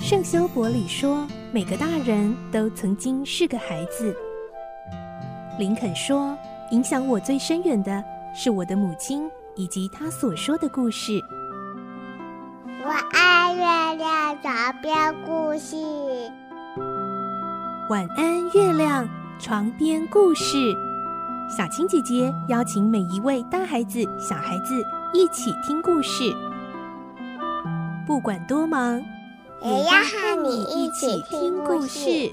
圣修伯里说，每个大人都曾经是个孩子。林肯说，影响我最深远的是我的母亲以及她所说的故事。 我爱月亮床边故事。 晚安，月亮床边故事。小青姐姐邀请每一位大孩子、小孩子一起听故事，不管多忙， 也要和你一起听故事。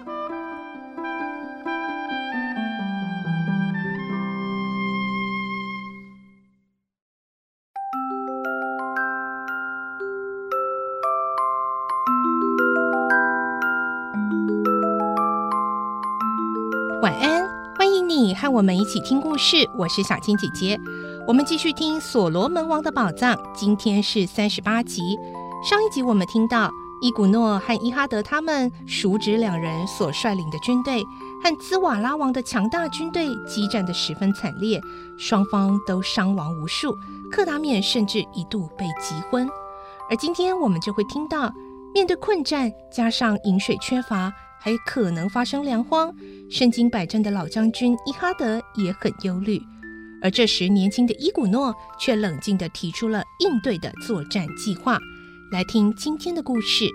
晚安，欢迎你和我们一起听故事，我是小青姐姐。我们继续听《所罗门王的宝藏》，今天是38集。上一集我们听到伊古诺和伊哈德他们叔侄两人所率领的军队和兹瓦拉王的强大军队激战得十分惨烈，双方都伤亡无数，克达冕甚至一度被击昏。而今天我们就会听到，面对困战加上饮水缺乏，还可能发生粮荒，身经百战的老将军伊哈德也很忧虑。而这时年轻的伊古诺却冷静地提出了应对的作战计划。来听今天的故事。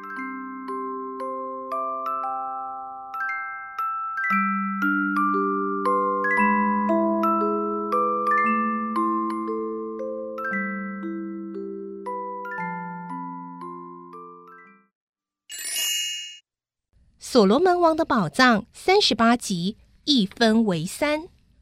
所罗门王的宝藏38集，一分为三。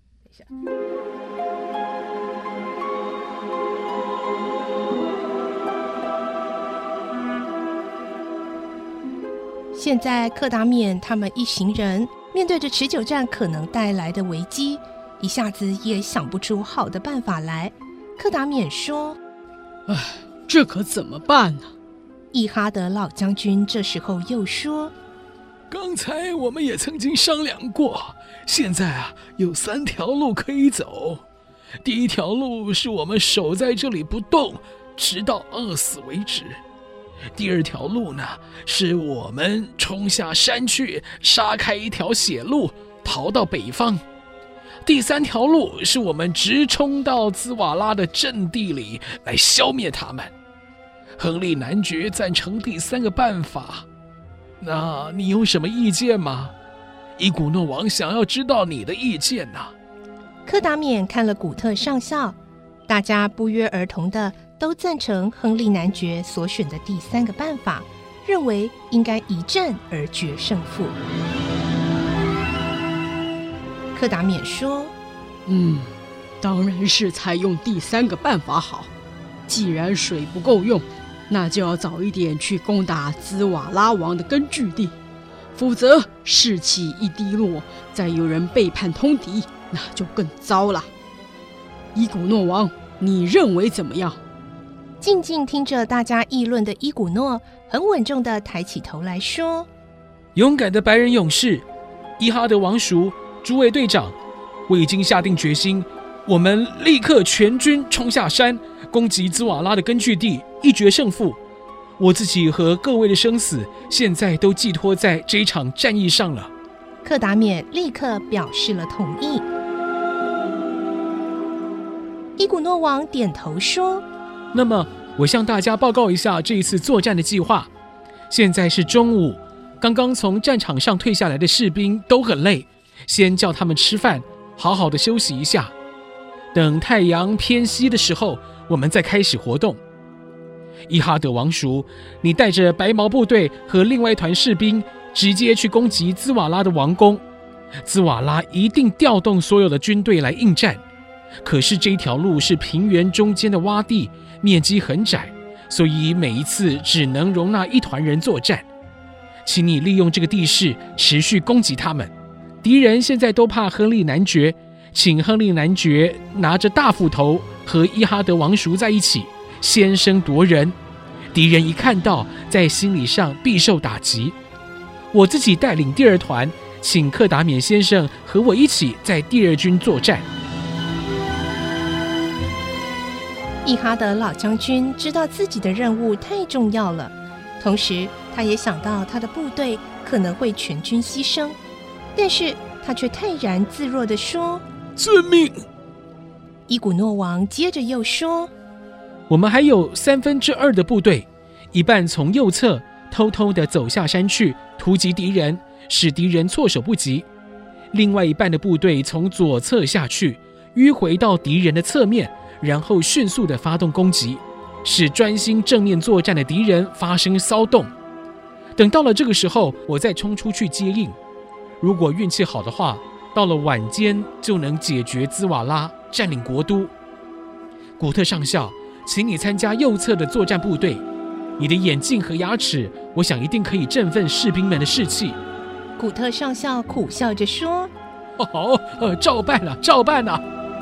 现在克达冕他们一行人面对着持久战可能带来的危机，一下子也想不出好的办法来。克达冕说： 这可怎么办呢？ 伊哈德老将军这时候又说： 刚才我们也曾经商量过，现在有3条路可以走。第一条路是我们守在这里不动，直到饿死为止。第二条路呢，是我们冲下山去，杀开一条血路，逃到北方。第3条路是我们直冲到兹瓦拉的阵地里来消灭他们。亨利男爵赞成第3个办法，那你有什么意见吗？伊古诺王想要知道你的意见呢。 柯达冕看了古特上校，大家不约而同的都赞成亨利男爵所选的第3个办法，认为应该一战而决胜负。柯达冕说： 当然是采用第3个办法好。既然水不够用，那就要早一点去攻打兹瓦拉王的根据地，否则士气一低落，再有人背叛通敌，那就更糟了。伊古诺王，你认为怎么样？ 静静听着大家议论的伊古诺很稳重地抬起头来说： 勇敢的白人勇士伊哈德王叔，诸位队长，我已经下定决心，我们立刻全军冲下山，攻击兹瓦拉的根据地，一决胜负。我自己和各位的生死现在都寄托在这一场战役上了。 柯达冕立刻表示了同意。伊古诺王点头说： 那么我向大家报告一下这一次作战的计划。现在是中午，刚刚从战场上退下来的士兵都很累，先叫他们吃饭，好好的休息一下。等太阳偏西的时候，我们再开始活动。伊哈德王叔，你带着白毛部队和另外一团士兵直接去攻击兹瓦拉的王宫。兹瓦拉一定调动所有的军队来应战，可是这一条路是平原中间的洼地，面积很窄，所以每一次只能容纳一团人作战。请你利用这个地势持续攻击他们。敌人现在都怕亨利男爵，请亨利男爵拿着大斧头和伊哈德王叔在一起，先声夺人。敌人一看到，在心理上必受打击。我自己带领第2团，请克达冕先生和我一起在第2军作战。 伊哈德老将军知道自己的任务太重要了， 同时他也想到他的部队可能会全军牺牲，但是他却泰然自若地说： 遵命。 伊古诺王接着又说： 我们还有2/3的部队，一半从右侧偷偷地走下山去突击敌人，使敌人措手不及；另外一半的部队从左侧下去，迂回到敌人的侧面，然后迅速地发动攻击，使专心正面作战的敌人发生骚动。等到了这个时候，我再冲出去接应。如果运气好的话，到了晚间就能解决兹瓦拉，占领国都。古特上校，请你参加右侧的作战部队，你的眼镜和牙齿，我想一定可以振奋士兵们的士气。 古特上校苦笑着说： 好，照办了，照办了。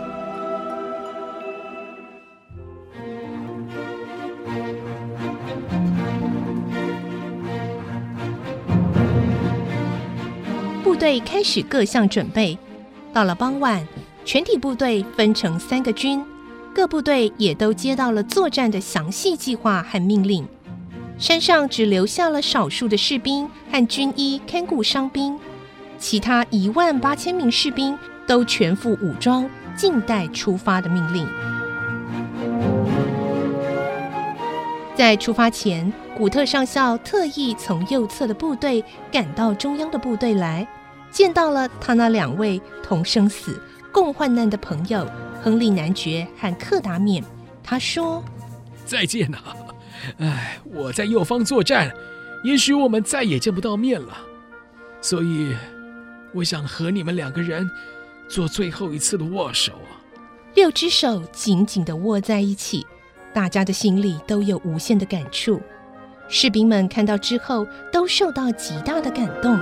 部队开始各项准备，到了傍晚，全体部队分成3个军，各部队也都接到了作战的详细计划和命令。山上只留下了少数的士兵和军医看顾伤兵，其他18000名士兵都全副武装，静待出发的命令。在出发前，古特上校特意从右侧的部队赶到中央的部队来，见到了他那2位同生死、共患难的朋友亨利男爵和克达冕。他说： 再见啊，我在右方作战，也许我们再也见不到面了，所以我想和你们2个人做最后一次的握手啊。 6只手紧紧地握在一起，大家的心里都有无限的感触。士兵们看到之后都受到极大的感动。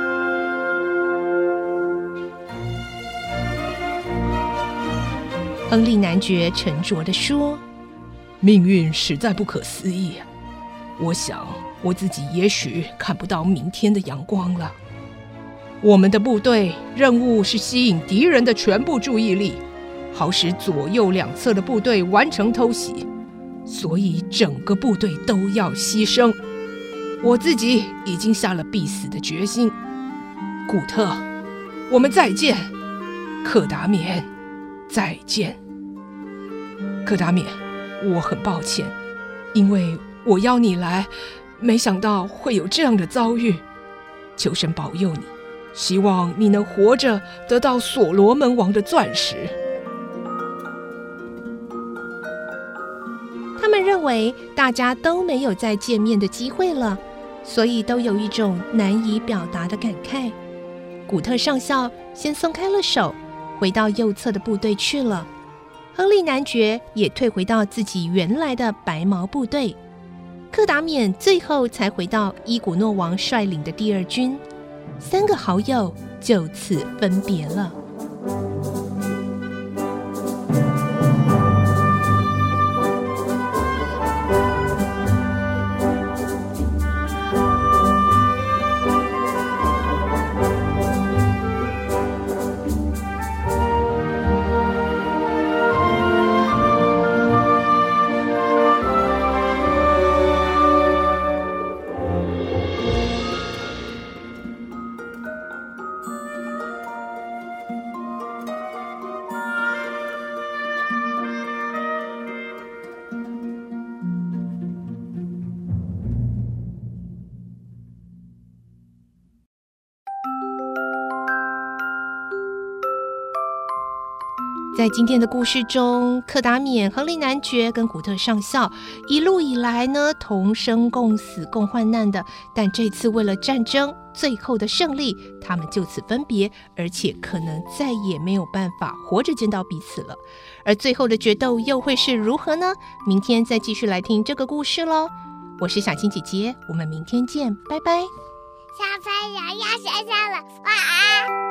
亨利男爵沉着地说： 命运实在不可思议，我想我自己也许看不到明天的阳光了。我们的部队任务是吸引敌人的全部注意力，好使左右2侧的部队完成偷袭，所以整个部队都要牺牲。我自己已经下了必死的决心。古特，我们再见。克达冕，再见。克达冕，我很抱歉，因为我邀你来，没想到会有这样的遭遇。求神保佑你，希望你能活着得到所罗门王的钻石。 他们认为大家都没有再见面的机会了，所以都有一种难以表达的感慨。古特上校先松开了手，回到右侧的部队去了。亨利男爵也退回到自己原来的白毛部队。克达冕最后才回到伊古诺王率领的第2军。3个好友就此分别了。在今天的故事中，克达冕、亨利男爵跟古特上校一路以来呢，同生共死、共患难的，但这次为了战争最后的胜利，他们就此分别，而且可能再也没有办法活着见到彼此了。而最后的决斗又会是如何呢？明天再继续来听这个故事咯。我是小青姐姐，我们明天见，拜拜。 小朋友要睡觉了，晚安。